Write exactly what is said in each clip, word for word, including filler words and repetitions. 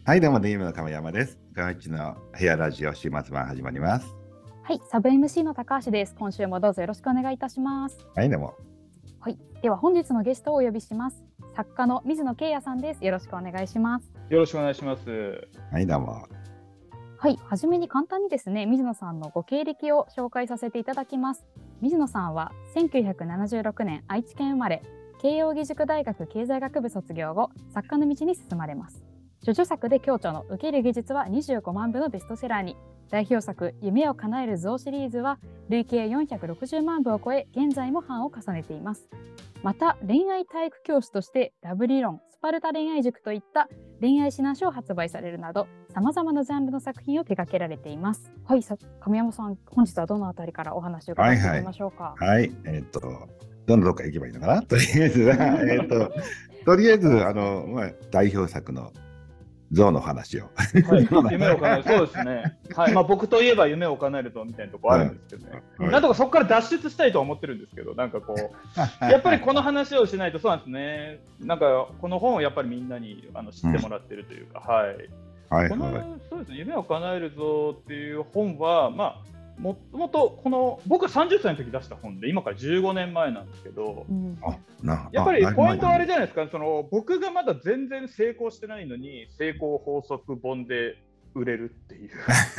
はい、どうも、デイムの亀山です。ガイチのヘアラジオ週末版始まります。 はい、サブ エムシー の高橋です。今週もどうぞよろしくお願いいたします。 はい、どうも。 はい、では本日のゲストをお呼びします。作家の水野圭也さんです。よろしくお願いします。 よろしくお願いします。 はい、どうも。 はい、はじめに簡単にですね、水野さんのご経歴を紹介させていただきます。水野さんはせんきゅうひゃくななじゅうろくねん愛知県生まれ、慶應義塾大学経済学部卒業後、作家の道に進まれます。著書作で共著の受ける技術はにじゅうごまんぶのベストセラーに、代表作夢を叶える像シリーズは累計よんひゃくろくじゅうまんぶを超え、現在も版を重ねています。また恋愛体育教師としてラブ理論、スパルタ恋愛塾といった恋愛指南書を発売されるなど、さまざまなジャンルの作品を手掛けられています。はい、さ亀山さん、本日はどのあたりからお話を伺ってみましょうか。 はい、はいはい、えー、っとどのどっか行けばいいのかな。とりあえずはえっととりあえずあの、まあ、代表作の象の話を、 はい、夢を叶える、そうですね、はい、まあ、僕といえば夢を叶えるとみたいなところあるんですけどね、はいはい、なんとかそこから脱出したいと思ってるんですけど、なんかこうやっぱりこの話をしないと、そうなんですね、なんかこの本をやっぱりみんなにあの知ってもらってるというか、うん、はい、はい、この、そうですね、夢を叶えるぞっていう本は、まあもともとこの僕がさんじゅっさいの時出した本で、今からじゅうごねんまえなんですけど、うん、あなやっぱりポイントはあれじゃないですか、その僕がまだ全然成功してないのに成功法則本で売れるっていう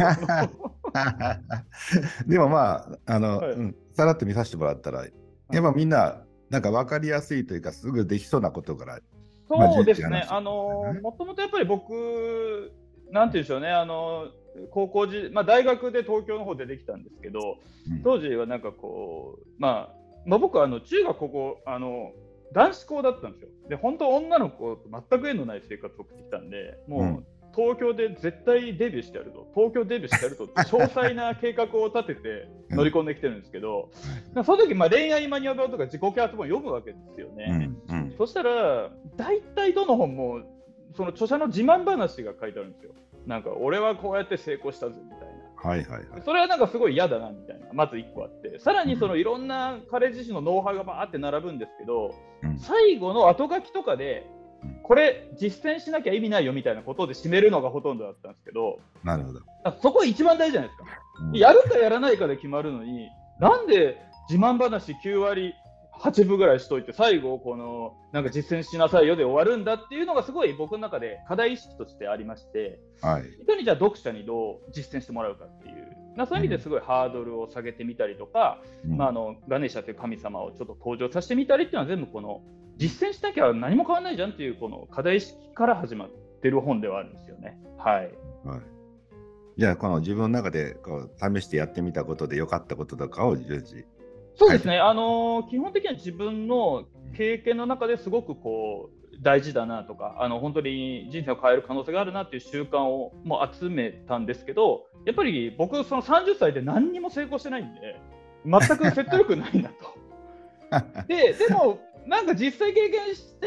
でもまああの、はい、うん、さらっと見させてもらったら、やっぱみんななんか分かりやすいというか、すぐできそうなことから。 そうですね、あのもともとやっぱり僕なんていうんでしょうね、あの高校時、まあ、大学で東京の方でできたんですけど、当時はなんかこう、まあまあ、僕はあの中学高校あの男子校だったんですよ。で本当女の子と全く縁のない生活を送ってきたんで、もう、うん、東京で絶対デビューしてやると、東京デビューしてやるとって詳細な計画を立てて乗り込んできてるんですけど、うん、その時、まあ、恋愛マニュアル本とか自己啓発本を読むわけですよね、うんうん、そしたら大体どの本もその著者の自慢話が書いてあるんですよ。なんか俺はこうやって成功したぜみたいな、はいはいはい、それはなんかすごい嫌だなみたいな、まずいっこあって、さらにそのいろんな彼自身のノウハウがバーって並ぶんですけど、うん、最後の後書きとかでこれ実践しなきゃ意味ないよみたいなことで締めるのがほとんどだったんですけど、 なるほど、 そこ一番大事じゃないですか、うん、やるかやらないかで決まるのに、なんで自慢話きゅうわりはちぶぐらいしといて最後このなんか実践しなさいよで終わるんだっていうのがすごい僕の中で課題意識としてありまして、はい、いかにじゃあ読者にどう実践してもらうかっていう、そういう意味ですごいハードルを下げてみたりとか、うん、まあ、あのガネーシャという神様をちょっと登場させてみたりっていうのは全部この実践しなきゃ何も変わらないじゃんっていうこの課題意識から始まってる本ではあるんですよね。はい、はい、 じゃあこの自分の中でこう試してやってみたことで良かったこととかを順次。 そうですね、あのー、基本的には自分の経験の中ですごくこう大事だなとか、あの本当に人生を変える可能性があるなっていう習慣をもう集めたんですけど、やっぱり僕そのさんじゅっさいで何にも成功してないんで全く説得力ないなとで, でもなんか実際経験して、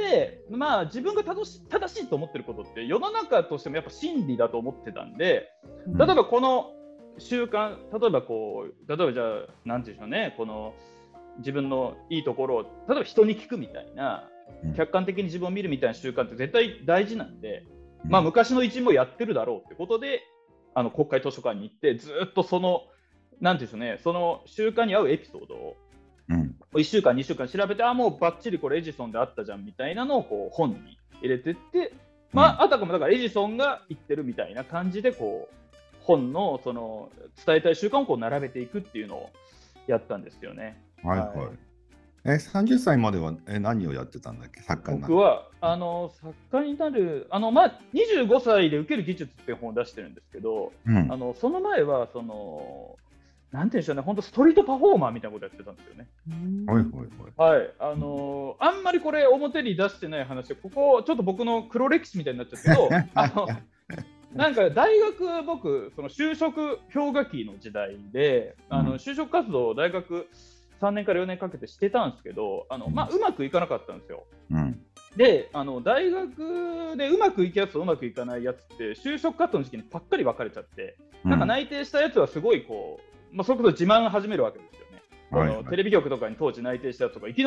まあ、自分が正し、正しいと思ってることって世の中としてもやっぱ真理だと思ってたんで、例えばこの習慣、例えばこう、例えばじゃあなんていうんでしょうね、この自分のいいところを例えば人に聞くみたいな、客観的に自分を見るみたいな習慣って絶対大事なんで、まあ、昔の一もやってるだろうってことで、あの国会図書館に行ってずっとそのなんていうんでしょうね、その習慣に合うエピソードをうん、いっしゅうかんにしゅうかん調べて、あもうバッチリこれエジソンであったじゃんみたいなのをこう本に入れてって、まあ、あたかもだからエジソンが言ってるみたいな感じでこう本のその伝えたい習慣をこう並べていくっていうのをやったんですよね。 はいはい。はい、えさんじゅっさいまではえ何をやってたんだっけ？作家になる。 僕はあの作家になるあの、まあ、にじゅうごさいで受ける技術っていう本を出してるんですけど、うん、あのその前はそのなんていうんでしょうね、本当ストリートパフォーマーみたいなことやってたんですよね。 はいはいはい。 はい、あのー、あんまりこれ表に出してない話で、ここちょっと僕の黒歴史みたいになっちゃうけど、あのなんか大学僕その就職氷河期の時代で、あの就職活動を大学さんねんからよねんかけてしてたんですけど、あのまあうまくいかなかったんですよ。うん、で、あの大学でうまくいくやつとうまくいかないやつって就職活動の時期にパッカリ分かれちゃって、なんか内定したやつはすごいこう。まあ、それこそ自慢始めるわけですよね。はいはい、テレビ局とかに当時内定したやつとかいきなり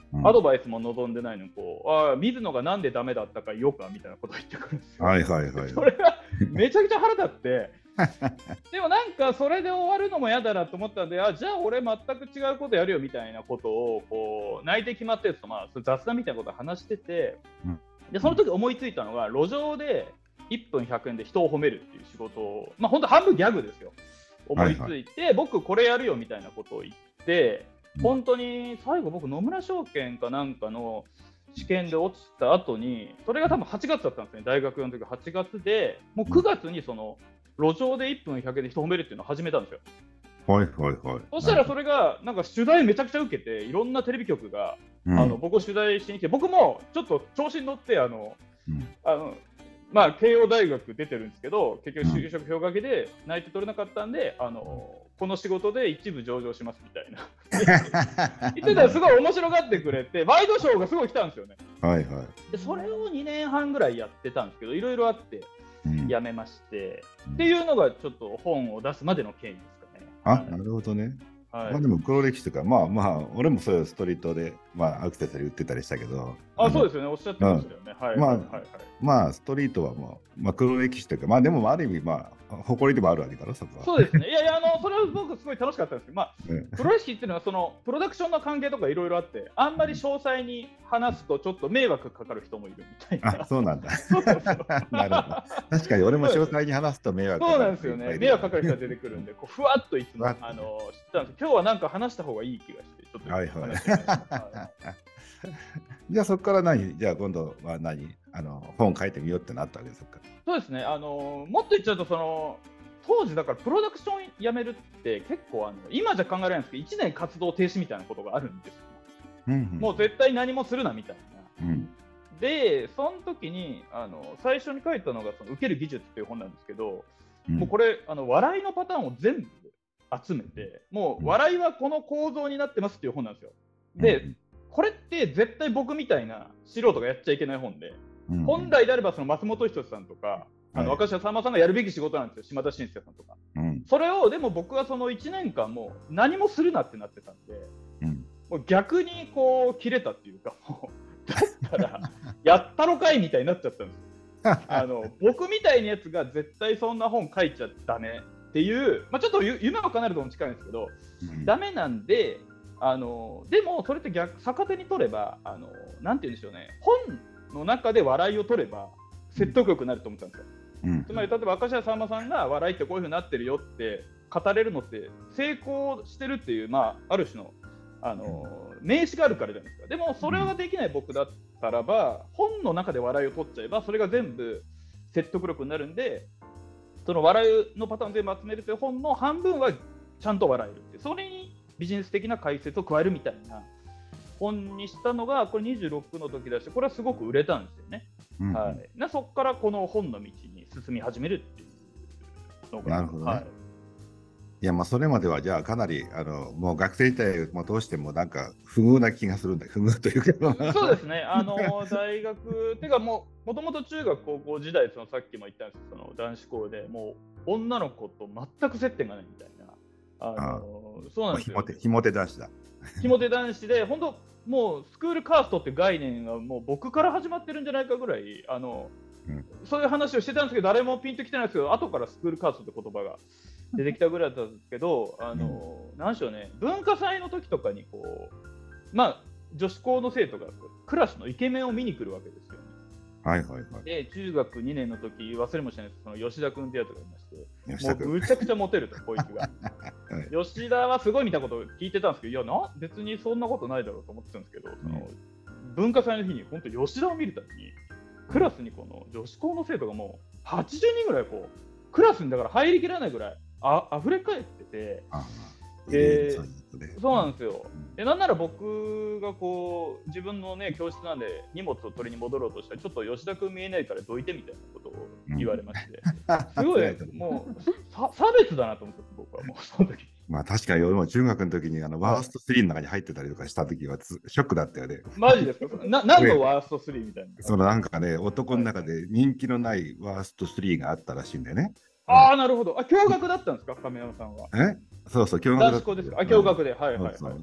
うん、 アドバイスも望んでないのにこう、ああ、水野がなんでダメだったか言おうかみたいなことを言ってくるんですよ。 はいはいはい。 それがめちゃくちゃ腹立って、でもなんかそれで終わるのも嫌だなと思ったんで、あ、じゃあ俺全く違うことやるよみたいなことをこう内定決まってると、まあ、雑談みたいなことを話してて、うん、でその時思いついたのが、路上でいっぷんひゃくえんで人を褒めるっていう仕事を、まあ本当半分ギャグですよ、思いついて、はいはい、僕これやるよみたいなことを言って、本当に最後僕野村証券かなんかの試験で落ちた後に、それが多分はちがつだったんですね、大学の時はちがつで、もうくがつにその路上でいっぷんひゃくえんで人褒めるっていうのを始めたんですよ。 はいはいはい。 そしたらそれがなんか取材めちゃくちゃ受けて、いろんなテレビ局が、うん、あの僕を取材しに来て、僕もちょっと調子に乗ってあの、うん、あのまあ、慶応大学出てるんですけど、結局就職氷河期で内定取れなかったんで、あのこの仕事で一部上場しますみたいな言ってたらすごい面白がってくれて、ワイドショーがすごい来たんですよね。 はいはい、 でそれをにねんはんぐらいやってたんですけど、いろいろあってやめまして、うん、っていうのがちょっと本を出すまでの経緯ですかね。 あ、なるほどね。はい、まあでも黒歴史とか、まあまあ俺もそういうストリートで、まあ、アクセサリー売ってたりしたけど、 あ、そうですよね、おっしゃってましたよね。はい、 まあ、 はいはい、 まあストリートはもう、まあ、黒歴史というか、まあでもある意味まあ誇りでもあるわけだろ、そこは。 そうですね。いやいや、あのそれは僕すごい楽しかったんですけど、まあ、ね、プロレスっていうのはそのプロダクションの関係とかいろいろあって、あんまり詳細に話すとちょっと迷惑かかる人もいるみたいな。 あ、そうなんだ。なるほど。確かに俺も詳細に話すと迷惑かかる。 そうなんですよね。迷惑かかる人が出てくるんで、こうふわっといつもあの知ったんです。今日はなんか話した方がいい気がして、ちょっと。はいはい。 じゃあそこから何、じゃあ今度は何、あの本書いてみようってなったわけですか。 そうですね。あのもっと言っちゃうと、その当時だからプロダクションやめるって結構あの今じゃ考えられないんですけど、いちねん活動停止みたいなことがあるんですよ。うんうん、もう絶対何もするなみたいな。うん、で、その時にあの最初に書いたのがその受ける技術っていう本なんですけど、うん、もうこれあの笑いのパターンを全部集めて、もう笑いはこの構造になってますっていう本なんですよ。で、うん、これって絶対僕みたいな素人がやっちゃいけない本で、うん、本来であればその松本人志さんとか、あの若狭さんまさんがやるべき仕事なんですよ、島田紳介さんとか、うん、それをでも僕はそのいちねんかんもう何もするなってなってたんで、うん、もう逆にこう切れたっていうか、もうだったらやったろかいみたいになっちゃったんですよ。あの僕みたいなやつが絶対そんな本書いちゃダメっていう、まあ、ちょっと夢を叶えるとも近いんですけど、うん、ダメなんで、あのでもそれって逆逆手に取れば、あのなんて言うんでしょうね、本の中で笑いを取れば説得力になると思ったんですよ。うん、つまり例えば明石家さんまさんが笑いってこういう風になってるよって語れるのって成功してるっていう、まあ、ある種の、あの名詞があるからじゃないですか。でもそれができない僕だったらば、本の中で笑いを取っちゃえばそれが全部説得力になるんで、その笑いのパターンを全部集めるという本の半分はちゃんと笑えるって、それにビジネス的な解説を加えるみたいな本にしたのがこれにじゅうろくの時だし、これはすごく売れたんですよね。うん、はい、でそこからこの本の道に進み始めるっていうのが。 なるほどね。はい、 いやまあそれまではじゃあかなりあのもう学生時代を通してもなんか不遇な気がするんだ。不遇というかそうですね。あの大学てかもうもともと中学高校時代、そのさっきも言ったんですけど、その男子校でもう女の子と全く接点がないみたいな。あのあそうなんですよ。 ひも手男子だ。 ひも手男子で本当もうスクールカーストって概念がもう僕から始まってるんじゃないかぐらい、あの、うん、そういう話をしてたんですけど、誰もピンときてないですけど、後からスクールカーストって言葉が出てきたぐらいだったんですけど、あの、うん、なんでしょうね、文化祭の時とかにこう、まあ女子校の生徒がクラスのイケメンを見に来るわけですよね。 はいはいはい。 で中学にねんの時忘れもしないです、その吉田君ってやつがいまして、もうむちゃくちゃモテるとこいつが、はい、吉田はすごい見たことを聞いてたんですけど、いやな別にそんなことないだろうと思ってたんですけど、その文化祭の日に本当吉田を見るためにクラスにこの女子校の生徒がもうはちじゅうにんぐらいこうクラスにだから入りきらないぐらいあ溢れ返ってて、でそうなんですよ。でなんなら僕がこう自分のね教室なんで荷物を取りに戻ろうとしたら、ちょっと吉田君見えないからどいてみたいなことを言われまして、うん、すごいもう差別だなと思って、僕はもうその時。 まあ確かに俺も中学の時にあのワーストスリーの中に入ってたりとかした時はショックだったよね。 マジですか？な何のワーストスリーみたいな。 そのなんかね、男の中で人気のないワーストスリーがあったらしいんだよね。 ああ、なるほど。あ、共学だったんですか、亀山さんは。 えそうそう、共学男子校ですか。あ、共学で。はいはいはい、はい。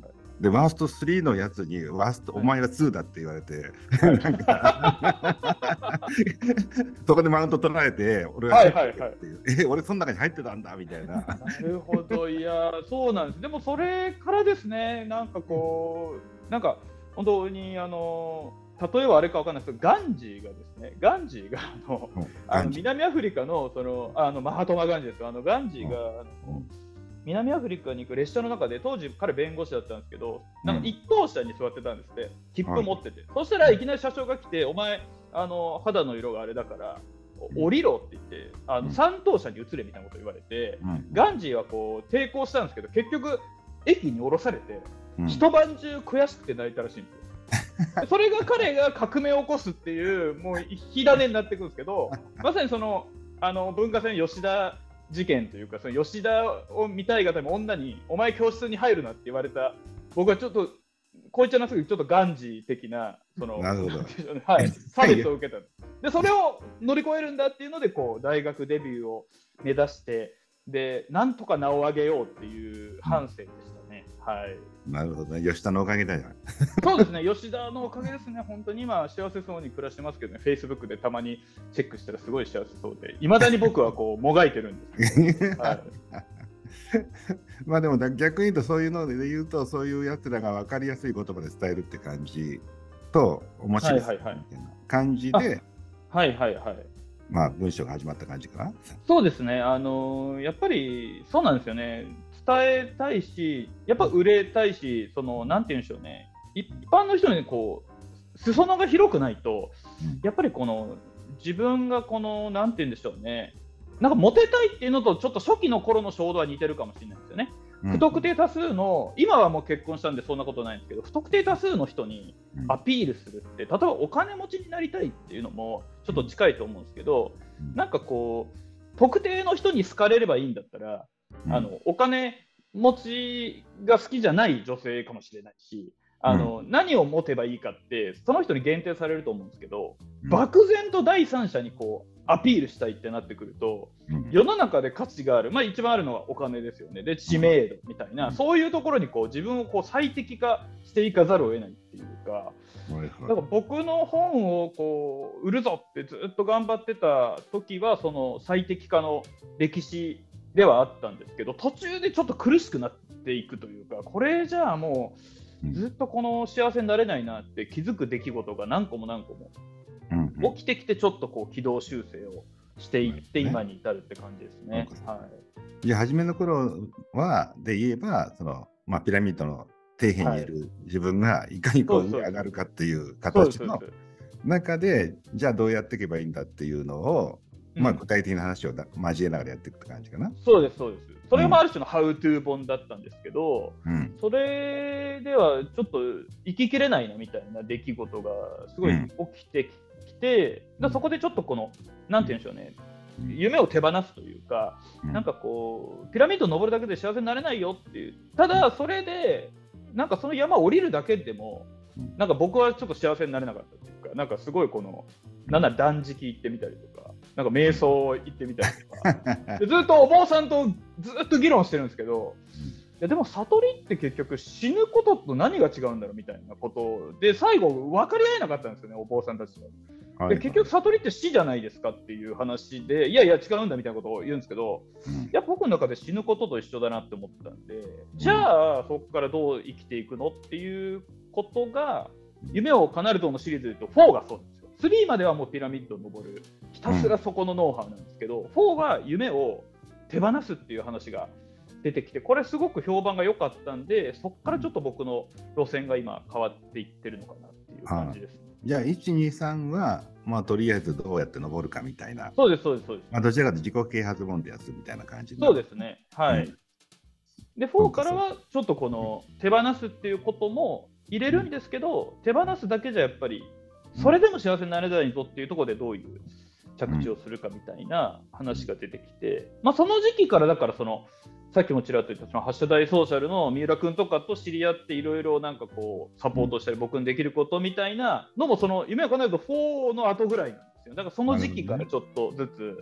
でワーストスリーのやつにワースト、はい、お前はツーだって言われて、はい、なんかそこでマウント取られて俺が入ってるっていう、はいはいはい、え俺その中に入ってたんだみたいな。 なるほど。いやそうなんです。でもそれからですね、なんかこうなんか本当にあの例えばあれかわかんないですけど、ガンジーがですね、ガンジーがあの、うん、あの南アフリカのそのあのマハトマガンジーです。あのガンジーが、うんうん南アフリカに行く列車の中で、当時彼弁護士だったんですけど、なんか一等車に座ってたんですって、切符持ってて、はい、そしたらいきなり車掌が来て、お前あの肌の色があれだから降りろって言って、あの三等車に移れみたいなこと言われて、うん、ガンジーはこう抵抗したんですけど、結局駅に降ろされて、うん、一晩中悔しくて泣いたらしいんですよ。それが彼が革命を起こすっていうもう火種になっていくんですけど、まさにそのあの文化祭の吉田事件というか、その吉田を見たいがため女にお前教室に入るなって言われた、僕はちょっとこういっちゃなすぎちょっとガンジー的なそのなるほどはい、差別を受けた。でそれを乗り越えるんだっていうのでこう大学デビューを目指してでなんとか名を上げようっていう反省でしたね、うん、はい。 なるほどね、吉田のおかげだよ。 そうですね、吉田のおかげですね。本当に今幸せそうに暮らしてますけどね、Facebook でたまにチェックしたらすごい幸せそうで、いまだに僕はこうもがいてるんですけど、はい、 まあでも逆に言うとそういうので言うとそういうやつらが分かりやすい言葉で伝えるって感じと面白いみたいな感じで、 はいはいはい、 まあ文章が始まった感じかな。 そうですね、あのー、やっぱりそうなんですよね。伝えたいし、やっぱ売れたいし、そのなんて言うんでしょうね、一般の人にこう裾野が広くないと、やっぱりこの自分がこのなんて言うんでしょうね、なんかモテたいっていうのとちょっと初期の頃の衝動は似てるかもしれないですよね。うん、不特定多数の、今はもう結婚したんでそんなことないんですけど、不特定多数の人にアピールするって、例えばお金持ちになりたいっていうのもちょっと近いと思うんですけど、なんかこう特定の人に好かれればいいんだったら、あのお金持ちが好きじゃない女性かもしれないし、あの、うん、何を持てばいいかってその人に限定されると思うんですけど、うん、漠然と第三者にこうアピールしたいってなってくると、うん、世の中で価値がある、まあ、一番あるのはお金ですよね。で知名度みたいな、うん、そういうところにこう自分をこう最適化していかざるを得ないっていうか、だから僕の本をこう売るぞってずっと頑張ってた時はその最適化の歴史ではあったんですけど、途中でちょっと苦しくなっていくというか、これじゃあもうずっとこの幸せになれないなって気づく出来事が何個も何個も起きてきて、ちょっとこう軌道修正をしていって今に至るって感じですね。はい、 じゃあ初めの頃はで言えばその、まあ、ピラミッドの底辺にいる自分がいかにこう上上がるかっていう形の中で、じゃあどうやっていけばいいんだっていうのを、まあ、具体的な話をだ交えながらやっていくって感じかな。 そうですそうです。それもある種のハウトゥー本だったんですけど、うん、それではちょっと生ききれないなみたいな出来事がすごい起きてきて、うん、そこでちょっとこのなんて言うんでしょうね、うん、夢を手放すというか、うん、なんかこうピラミッドを登るだけで幸せになれないよっていう、ただそれでなんかその山を降りるだけでもなんか僕はちょっと幸せになれなかったというか、なんかすごいこのなんなら断食行ってみたりとか、なんか瞑想行ってみたりとかでずっとお坊さんとずっと議論してるんですけど、いやでも悟りって結局死ぬことと何が違うんだろうみたいなことで最後分かり合えなかったんですよね、お坊さんたちと。で結局悟りって死じゃないですかっていう話で、いやいや違うんだみたいなことを言うんですけど、いや僕の中で死ぬことと一緒だなって思ったんで、じゃあそこからどう生きていくのっていうことが、夢を叶えるとのシリーズで言うとフォーがそうなんですよ。スリーまではもうピラミッドを登るひたすらそこのノウハウなんですけど、フォーは夢を手放すっていう話が出てきて、これすごく評判が良かったんで、そこからちょっと僕の路線が今変わっていってるのかなっていう感じです、ね。 じゃあいち、に、さんは、まあ、とりあえずどうやって登るかみたいな。 そうですそうですそうです。 まあ、どちらかというと自己啓発本でやつみたいな感じ。 そうですね。はい。うん、でフォーからはちょっとこの手放すっていうことも入れるんですけど、うん、手放すだけじゃやっぱりそれでも幸せになれないぞっていうところでどういう着地をするかみたいな話が出てきて、うん、まあ、その時期からだからそのさっきもちらっと言ったその発射台ソーシャルの三浦君とかと知り合っていろいろなんかこうサポートしたり僕にできることみたいなのもその夢を叶えるとフォーの後ぐらいなんですよ。だからその時期からちょっとずつ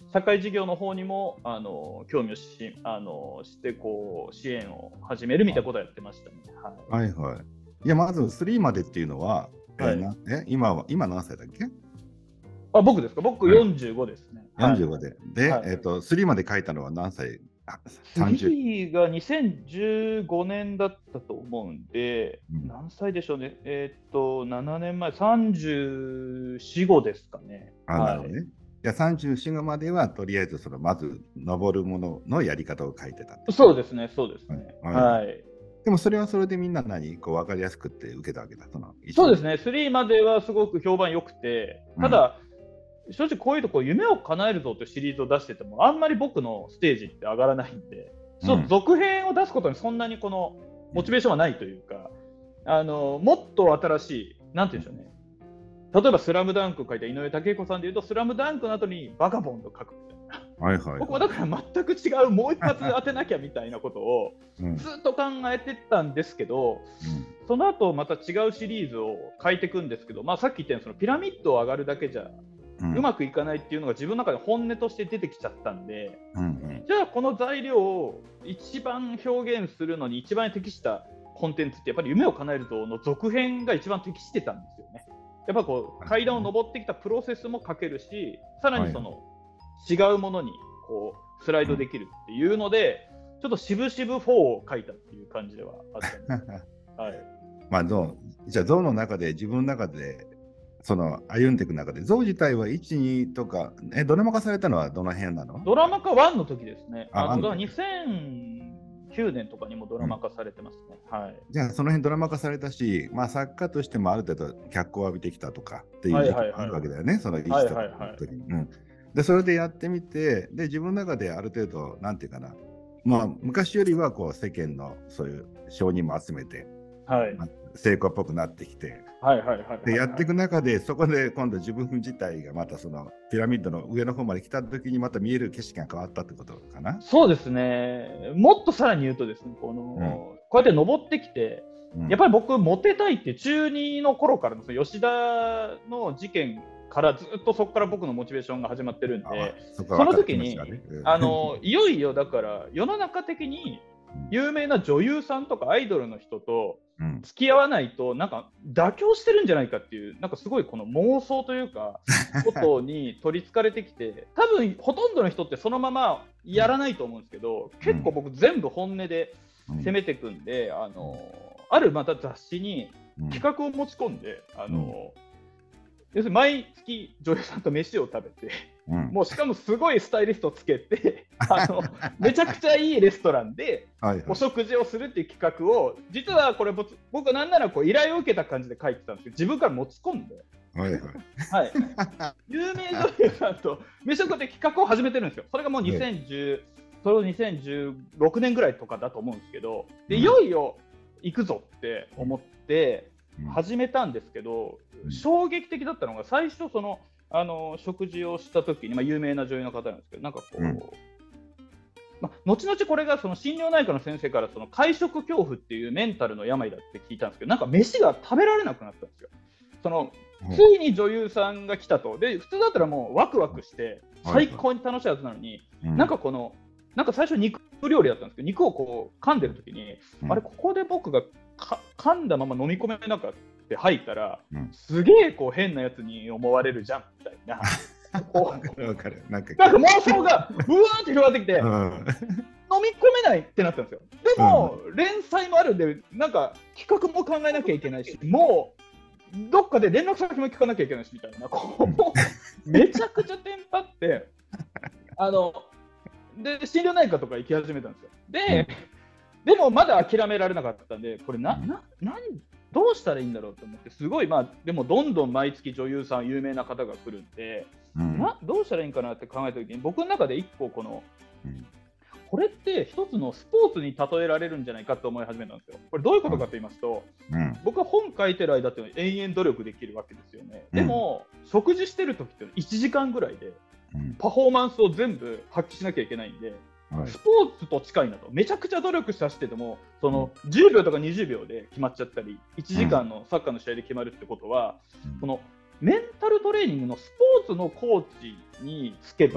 社会事業の方にもあの興味をしあのしてこう支援を始めるみたいなことをやってましたね。 はい、はいはい。いや、まずスリーまでっていうのは、 はい、 えなえ今は今何歳だっけ？ あ、僕ですか？僕よんじゅうごですね。 よんじゅうごで。で、 はい、 えっと、スリーまで書いたのは何歳？あ、 スさんじゅう。 リーがにせんじゅうごねんだったと思うんで、 うん、 何歳でしょうね。えーっと、ななねんまえ、さんじゅうよん、ごですかね。 あ、なるほはい。 どね。じゃあさんじゅうよんまでは、とりあえず、その、まず、登るもののやり方を書いてたんですね。 そうですね、そうですね。 はい。はいはい。 はい。 でも、それはそれでみんな何こう分かりやすくって受けたわけだ。その、一緒に。 そうですね、スリーまではすごく評判良くて、 うん。 ただ、正直こういうとこ夢を叶えるぞというシリーズを出してても、あんまり僕のステージって上がらないんで、ちょっとうん。 続編を出すことにそんなにこのモチベーションはないというか、あのもっと新しい、なんて言うんでしょうね。例えば、スラムダンクを書いた井上武彦さんでいうと、スラムダンクの後にバカボンドを書くみたいな。 はいはい僕はい。 もだから全く違う、もう一発当てなきゃみたいなことをうん。 ずっと考えてたんですけど、 うん。 その後また違うシリーズを書いていくんですけど、まあ、さっき言ったようにそのピラミッドを上がるだけじゃうん。 うまくいかないっていうのが自分の中で本音として出てきちゃったんで、 うん。 じゃあこの材料を一番表現するのに一番適したコンテンツってやっぱり夢を叶えるぞの続編が一番適してたんですよね。やっぱこう階段を上ってきたプロセスも書けるし、さらにその違うものにこうスライドできるっていうので、ちょっと渋々フォーを書いたっていう感じではあったんです。はい。 まあ、ゾウ、じゃあ、ゾウの中で、自分の中で、その、歩んでいく中で、ゾウ自体はいち、にとか、え、ドラマ化されたのはどの辺なの？ ドラマ化ワンの時ですね。 あ、 あのだからワンの時。 にせんきゅうねんとかにもドラうん。 マ化されてますね。はい。 じゃあ、その辺ドラマ化されたし、まあ、作家としてもある程度脚光を浴びてきたとかっていうはい時期もあはいはいはい。 るわけだよね、そのはい一とかはいはい。 の時に。うん。で、それでやってみて、で、自分の中である程度、なんていうかな、まあ、昔よりはこう世間のそういう承認も集めて、 はい。 まあ、成功っぽくなってきて、 はいはいはいはいで、やっていはい。 く中で、そこで今度自分自体がまたそのピラミッドの上の方まで来た時にまた見える景色が変わったってことかな。 そうですね。もっとさらに言うとですね、この、 うん。 こうやって登ってきて、 うん。 やっぱり僕、モテたいって中にの頃からのその吉田の事件からずっとそこから僕のモチベーションが始まってるんあで、 あ、そこはその分かる気時に、 持ちがね。うん。 あの、いよいよだから世の中的に有名な女優さんとかアイドルの人とうん。 付き合わないとなんか妥協してるんじゃないかっていう、なんかすごいこの妄想というかことに取りつかれてきて、多分ほとんどの人ってそのままやらないと思うんですけど、 うん。 結構僕全部本音でうん。 攻めていくんで、あのあるまた雑誌にうん。 企画を持ち込んで、あうん。 の要するに毎月女優さんと飯を食べて、 うん。 もうしかもすごいスタイリストをつけてあのめちゃくちゃいいレストランではいはい。 お食事をするっていう企画を、実はこれ僕はなんならこう依頼を受けた感じで書いてたんですけど、自分から持ち込んで、 はいはい。 はい、有名女優さんと飯を食って企画を始めてるんですよ。それがもうええ。 にせんじゅうそれをにせんじゅうろくねんぐらいとかだと思うんですけど、でいうん。 よいよ行くぞって思ってうん。 始めたんですけど、 うん。 衝撃的だったのが最初そのあの食事をした時に、まあ、有名な女優の方なんですけど、なんかこう、 うん。 まあ、後々これがその心療内科の先生からその会食恐怖っていうメンタルの病だって聞いたんですけど、なんか飯が食べられなくなったんですよ。そのつほう。 いに女優さんが来たと。で、普通だったらもうワクワクして最はいはい。 高に楽しいはずなのに、 うん。 なんかこのなんか最初肉料理だったんですけど、肉をこう噛んでる時に、 うん。 あれここで僕がか噛んだまま飲み込めなかった吐いたら、 うん。 すげえこう変なやつに思われるじゃんみたいな、こわかるわかる。なんかうなんか気持ち。 妄想がうわーって広がってきて、 うん。 飲み込めないってなったんですよ。でうん。 も連載もあるんで、なんか企画も考えなきゃいけないし、もうどっかで連絡先も聞かなきゃいけないしみたいな、こうめちゃくちゃテンパって、あので心療内科とか行き始めたんですよ。で、 うん。 でもまだ諦められなかったんで、これな、 うん。 な、何、どうしたらいいんだろうと思って、すごい、まあ、でもどんどん毎月女優さん、有名な方が来るんで、 うん。 な、どうしたらいいんかなって考えたときに、僕の中で一個この、 うん。 これって一つのスポーツに例えられるんじゃないかと思い始めたんですよ。これどういうことかと言いますと、 うん。 僕は本書いてる間って延々努力できるわけですよね。 うん。 でも、食事してる時っていちじかんぐらいで、 うん。 パフォーマンスを全部発揮しなきゃいけないんで、 はい。 スポーツと近いなと。めちゃくちゃ努力させてても、そうん。 のじゅうびょうとかにじゅうびょうで決まっちゃったり、1 うん。 時間のサッカーの試合で決まるってことは、 うん。 このメンタルトレーニングのスポーツのコーチにつけば、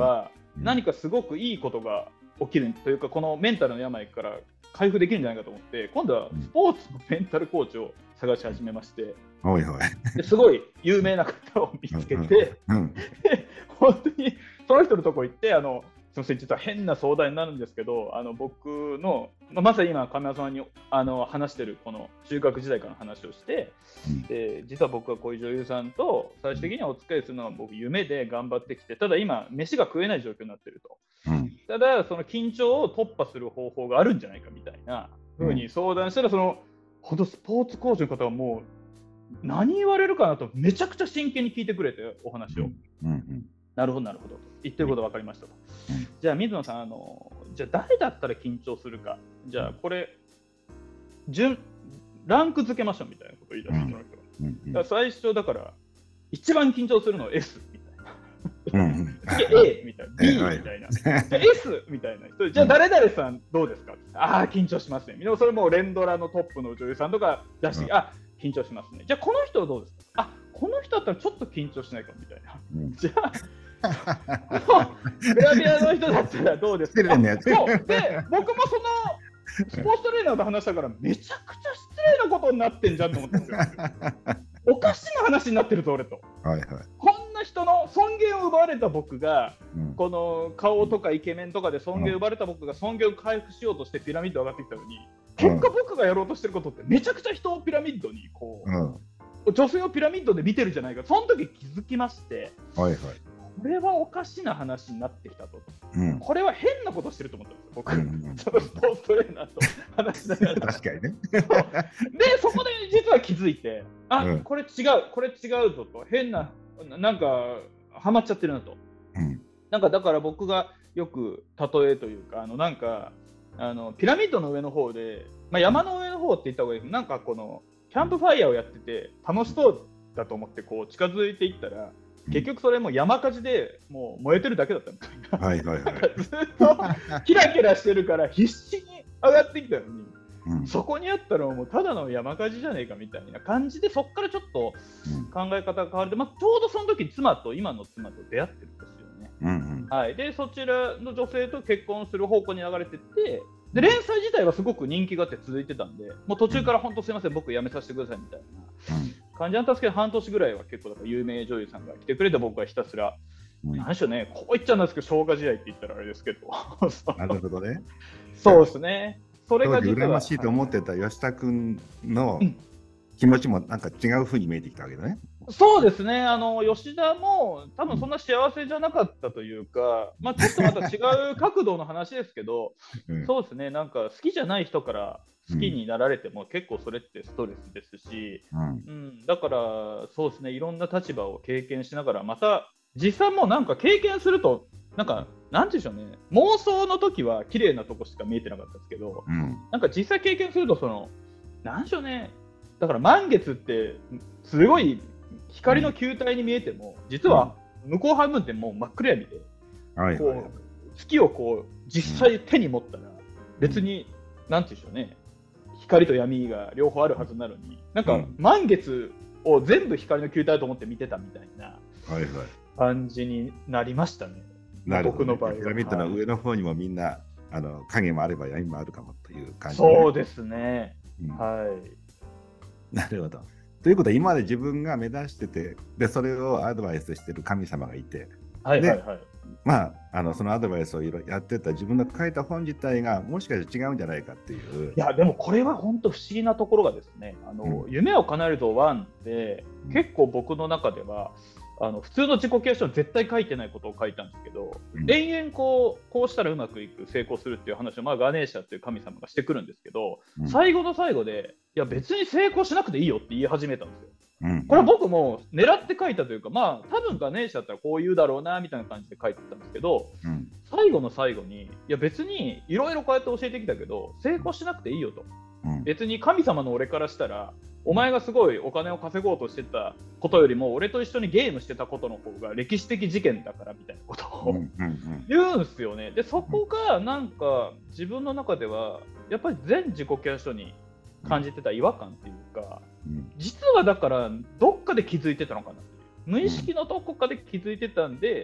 何かすごくいいことが起きるというか、このメンタルの病から回復できるんじゃないかと思って、今度はスポーツのメンタルコーチを探し始めまして、 おいおいですごい有名な方を見つけて、 うんうん本当にその人のとこ行って、あのすみません、実は変な相談になるんですけど、あの僕の、まあ、まさに今亀山さんにあの話してるこの中学時代からの話をして、うん、で実は僕はこういう女優さんと最終的にはお付き合いするのが僕夢で頑張ってきて、ただ今飯が食えない状況になってると、うん、ただその緊張を突破する方法があるんじゃないかみたいな風に相談したら、その本当スポーツコーチの方はもう何言われるかなとめちゃくちゃ真剣に聞いてくれて、お話を、うんうんうん、なるほどなるほど、言ってること分かりましたと、うん、じゃあ水野さん、あのじゃあ誰だったら緊張するか、じゃあこれ順ランク付けましょうみたいなことを言い出してもらうと、うんうんうん、だから最初だから一番緊張するのは S みたいな、うんうん、次 A みたいな B みたいな、S みたいな人、じゃあ誰々さんどうですか、ああ緊張しますね、でもそれも連ドラのトップの女優さんとか出して、うん、あ緊張しますね、じゃあこの人はどうですか、あこの人だったらちょっと緊張しないかみたいな、うん、じゃあグラビアの人だったらどうですか、ね、そうで僕もそのスポーツトレーナーと話したからめちゃくちゃ失礼なことになってんじゃんと思ったんですよおかしな話になってるぞ俺と、はいはい、こんな人の尊厳を奪われた僕が、うん、この顔とかイケメンとかで尊厳を奪われた僕が尊厳を回復しようとしてピラミッド上がってきたのに、結果僕がやろうとしてることってめちゃくちゃ人をピラミッドにこう、うん、女性をピラミッドで見てるじゃないか、その時気づきまして、はいはい、これはおかしな話になってきたと、うん、これは変なことしてると思ったんですよ僕、うんうん、そのスポーツトレーナーと話しながら確かにねでそこで実は気づいて、あ、うん、これ違うこれ違うぞと、変ななんかハマっちゃってるなと、うん、なんかだから僕がよく例えというか、あのなんかあのピラミッドの上の方で、まあ、山の上の方って言った方がいいけど、なんかこのキャンプファイヤーをやってて楽しそうだと思ってこう近づいていったら、結局それも山火事でもう燃えてるだけだったみたいな、はいはいはい、ずっとキラキラしてるから必死に上がってきたのに、うん、そこにあったのはもうただの山火事じゃねえかみたいな感じで、そこからちょっと考え方が変わるで、まあ、ちょうどその時妻と今の妻と出会ってるんですよね、うんうんはい、でそちらの女性と結婚する方向に流れてって、で連載自体はすごく人気があって続いてたんで、もう途中から本当すいません僕辞めさせてくださいみたいな感じなんですけど、半年ぐらいは結構だから有名女優さんが来てくれて、僕はひたすら、うん、何でしょうね、こう言っちゃうんですけど消化試合って言ったらあれですけどなるほどね、 そうですね、それが実は羨ましいと思ってた吉田君の気持ちもなんか違う風に見えてきたわけだね、 うん、そうですね、あの吉田も多分そんな幸せじゃなかったというか、うんまあ、ちょっとまた違う角度の話ですけど、うん、そうですね、なんか好きじゃない人から好きになられても結構それってストレスですし、うんうん、だからそうですね、いろんな立場を経験しながら、また実際もなんか経験するとなんかなんていうんでしょうね、妄想の時は綺麗なとこしか見えてなかったですけど、うん、なんか実際経験するとそのなんでしょうね、だから満月ってすごい光の球体に見えても、実は向こう半分ってもう真っ暗闇で、うん、こう月をこう実際手に持ったら別に、うん、なんていうんでしょうね、光と闇が両方あるはずなのに、なんか満月を全部光の球体と思って見てたみたいな感じになりましたね。 なるほどね、僕の場合はピラミッドの上の方にもみんな、はい、あの影もあれば闇もあるかもという感じ、 ね、そうですね、うん、はいなるほど。ということは今まで自分が目指してて、でそれをアドバイスしてる神様がいて、はいはいはい、まあ、あのそのアドバイスをいろやってた自分の書いた本自体がもしかして違うんじゃないかっていう。 いやでもこれは本当不思議なところがですね、あの、うん、夢を叶えるぞワンで、うん、結構僕の中ではあの普通の自己啓発書は絶対書いてないことを書いたんですけど、うん、延々こうこうしたらうまくいく、成功するっていう話を、まあ、ガネーシャっていう神様がしてくるんですけど、うん、最後の最後でいや別に成功しなくていいよって言い始めたんですよ。うん、これは僕も狙って書いたというか、まあ多分ガネーシャだったらこう言うだろうなみたいな感じで書いてたんですけど、うん、最後の最後にいや別にいろいろこうやって教えてきたけど成功しなくていいよと、うん、別に神様の俺からしたらお前がすごいお金を稼ごうとしてたことよりも俺と一緒にゲームしてたことの方が歴史的事件だからみたいなことを言うんですよね。でそこがなんか自分の中ではやっぱり全自己啓発書に感じてた違和感っていうか、実はだからどっかで気づいてたのかなっていう、無意識のどこかで気づいてたんで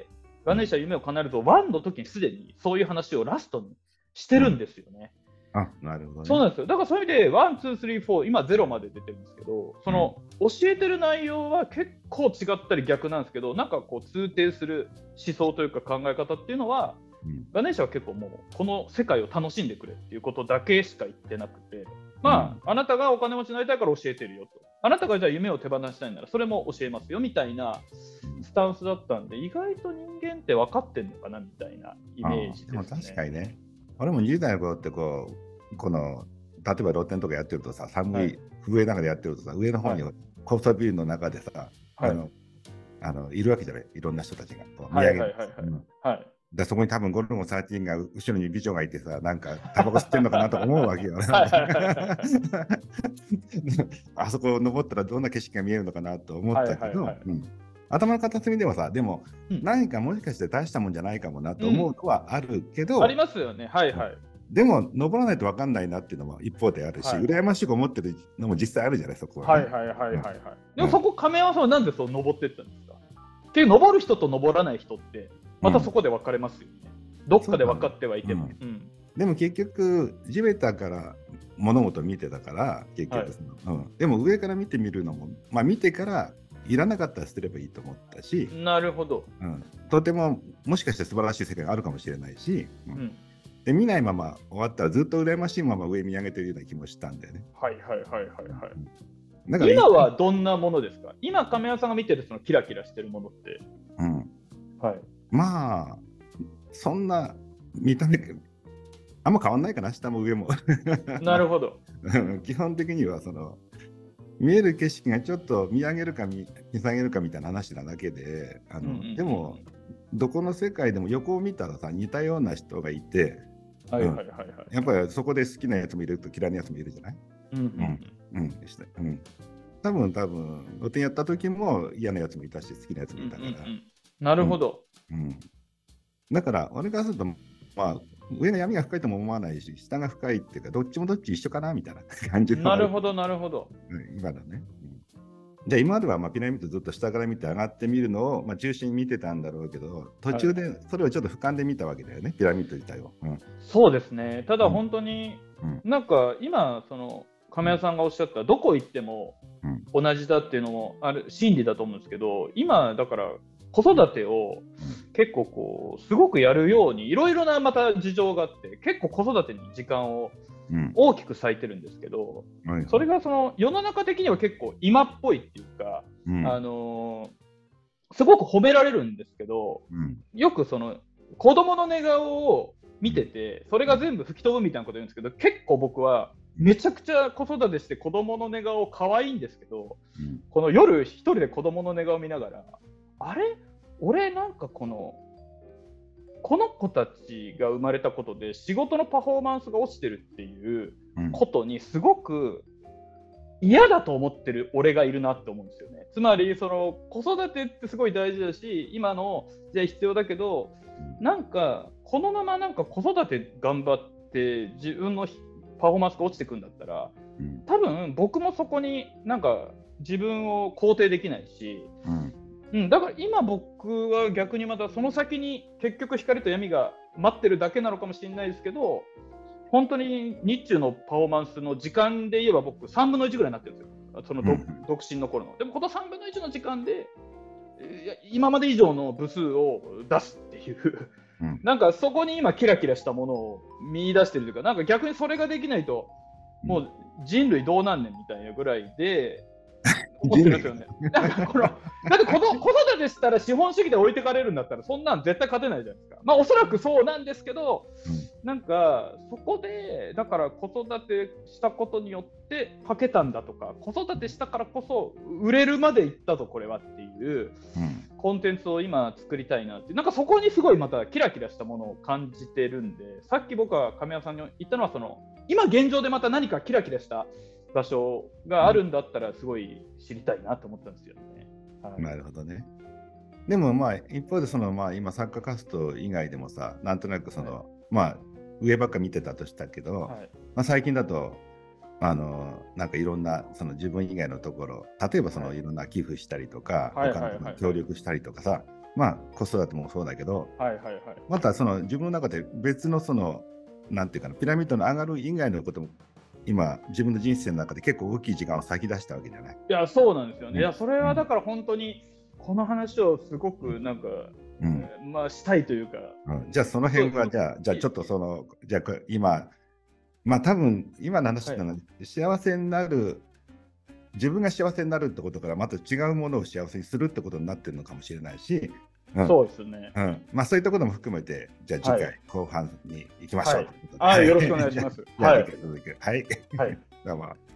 ガネーシャは夢を叶えるぞワンの時にすでにそういう話をラストにしてるんですよね。 うん、あ、なるほどね。 そうなんですよ。だからそういう意味でワン、ツー、スリー、フォー、今ゼロまで出てるんですけど、その、うん、教えてる内容は結構違ったり逆なんですけど、なんかこう通底する思想というか考え方っていうのは、うん、ガネーシャは結構もうこの世界を楽しんでくれっていうことだけしか言ってなくて、まあ、うん、あなたがお金持ちになりたいから教えてるよと。あなたがじゃあ夢を手放したいならそれも教えますよみたいなスタンスだったんで、意外と人間って分かってんのかなみたいなイメージですね。 でも確かにね。俺もじゅう代の頃ってこう、この例えば露店とかやってるとさ、寒い上の中でやってるとさ、上の方に高層ビルの中でさ、はい、あのあのいるわけじゃない、いろんな人たちがこう見上げる。でそこに多分ゴルゴさんじゅうが後ろに美女がいてさ、なんかタバコ吸ってんのかなと思うわけよ。あそこ登ったらどんな景色が見えるのかなと思ったけど、頭の片隅ではさ、でも、うん、何かもしかして大したもんじゃないかもなと思うのはあるけど、 うん、ありますよね。はいはい。 でも登らないと分かんないなっていうのも一方であるし、はい、羨ましく思ってるのも実際あるじゃないそこは、ね。はいはいはいはいはい。うん、でもそこ亀山さんはなんでそう登っていったんですか。っていう登る人と登らない人ってまたそこで分かれますよね。うん、どっかで分かってはいても。うんうん、 でも結局地べたから物事を見てたから結局その、はい、うん、でも上から見てみるのもまあ見てからいらなかったら捨てればいいと思ったし。 なるほど。 うん、とてももしかして素晴らしい世界があるかもしれないし。うんうん、で見ないまま終わったらずっと羨ましいまま上見上げてるような気もしたんだよね。 はいはいはいはいはい。だから今はどんなものですか。今亀山さんが見てるそのキラキラしてるものって。 うん。はい。まあそんな見た目あんま変わんないかな、下も上も。 なるほど。 基本的にはその見える景色がちょっと見上げるか 見, 見下げるかみたいな話なだけで、あの、うんうんうん、でもどこの世界でも横を見たらさ似たような人がいて。はいはいはいはい、うん、やっぱりそこで好きなやつもいると嫌いなやつもいるじゃない。うんうんうんうん、多分多分露店やった時も嫌なやつもいたし好きなやつもいたから、うんうんうん、 なるほど、 うんうん、だから俺からするとまあ上の闇が深いとも思わないし下が深いっていうかどっちもどっち一緒かなみたいな感じ。 なるほどなるほど、 うん、今だね、うん、じゃあ今まではまあピラミッドずっと下から見て上がってみるのを、まあ、中心に見てたんだろうけど途中でそれをちょっと俯瞰で見たわけだよね、はい、ピラミッド自体を、うん、 そうですね。ただ本当に、うん、なんか今その亀谷さんがおっしゃったどこ行っても同じだっていうのもある真理だと思うんですけど、今だから子育てを結構こうすごくやるようにいろいろなまた事情があって結構子育てに時間を大きく割いてるんですけど、うん、それがその世の中的には結構今っぽいっていうか、うん、あのー、すごく褒められるんですけど、うん、よくその子供の寝顔を見ててそれが全部吹き飛ぶみたいなこと言うんですけど、結構僕はめちゃくちゃ子育てして子供の寝顔可愛いんですけど、うん、この夜一人で子供の寝顔見ながらあれ俺なんかこのこの子たちが生まれたことで仕事のパフォーマンスが落ちてるっていうことにすごく嫌だと思ってる俺がいるなって思うんですよね。つまりその子育てってすごい大事だし今の時代必要だけど、なんかこのままなんか子育て頑張って自分のパフォーマンスが落ちてくんだったら多分僕もそこになんか自分を肯定できないし、うんうん、だから今僕は逆にまたその先に結局光と闇が待ってるだけなのかもしれないですけど、本当に日中のパフォーマンスの時間で言えば僕さんぶんのいちぐらいになってるんですよ、その、うん、独身の頃の。でもこのさんぶんのいちの時間で今まで以上の部数を出すっていう、うん、なんかそこに今キラキラしたものを見出してるというか、なんか逆にそれができないともう人類どうなんねんみたいなぐらいで思ってるんですよね。なんかこのだって子育てしたら資本主義で置いてかれるんだったらそんなん絶対勝てないじゃないですか。まあおそらくそうなんですけど、うん、なんかそこでだから子育てしたことによってかけたんだとか、子育てしたからこそ売れるまでいったぞこれはっていう、うん、コンテンツを今作りたいなって、なんかそこにすごいまたキラキラしたものを感じてるんで、さっき僕は亀谷さんに言ったのはその今現状でまた何かキラキラした場所があるんだったらすごい知りたいなと思ったんですよね。はい、 なるほどね。でもまあ一方でそのまあ今サッカーカスト以外でもさ、なんとなくその、はい、まあ上ばっか見てたとしたけど、はい、まあ、最近だとあのなんかいろんなその自分以外のところ、例えばそのいろんな寄付したりとか、他の協力したりとかさ、 まあ子育てもそうだけど、 はいはいはい。 またその自分の中で別のそのなんていうかな、ピラミッドの上がる以外のことも今自分の人生の中で結構大きい時間を先出したわけじゃない。 いやそうなんですよね。 うん、 いやそれはだから本当にこの話をすごくなんか、うん、まあしたいというか、 うん、じゃあその辺はじゃあじゃあちょっとそのじゃあ今まあ多分今の話なのは、はい、幸せになる自分が幸せになるってことからまた違うものを幸せにするってことになってるのかもしれないし、 うん、そうですね、 うん、まあそういったことも含めてじゃあ次回後半に行きましょう、はい、 あ、よろしくお願いします。 はい、はい、はい、 はい、 どうも。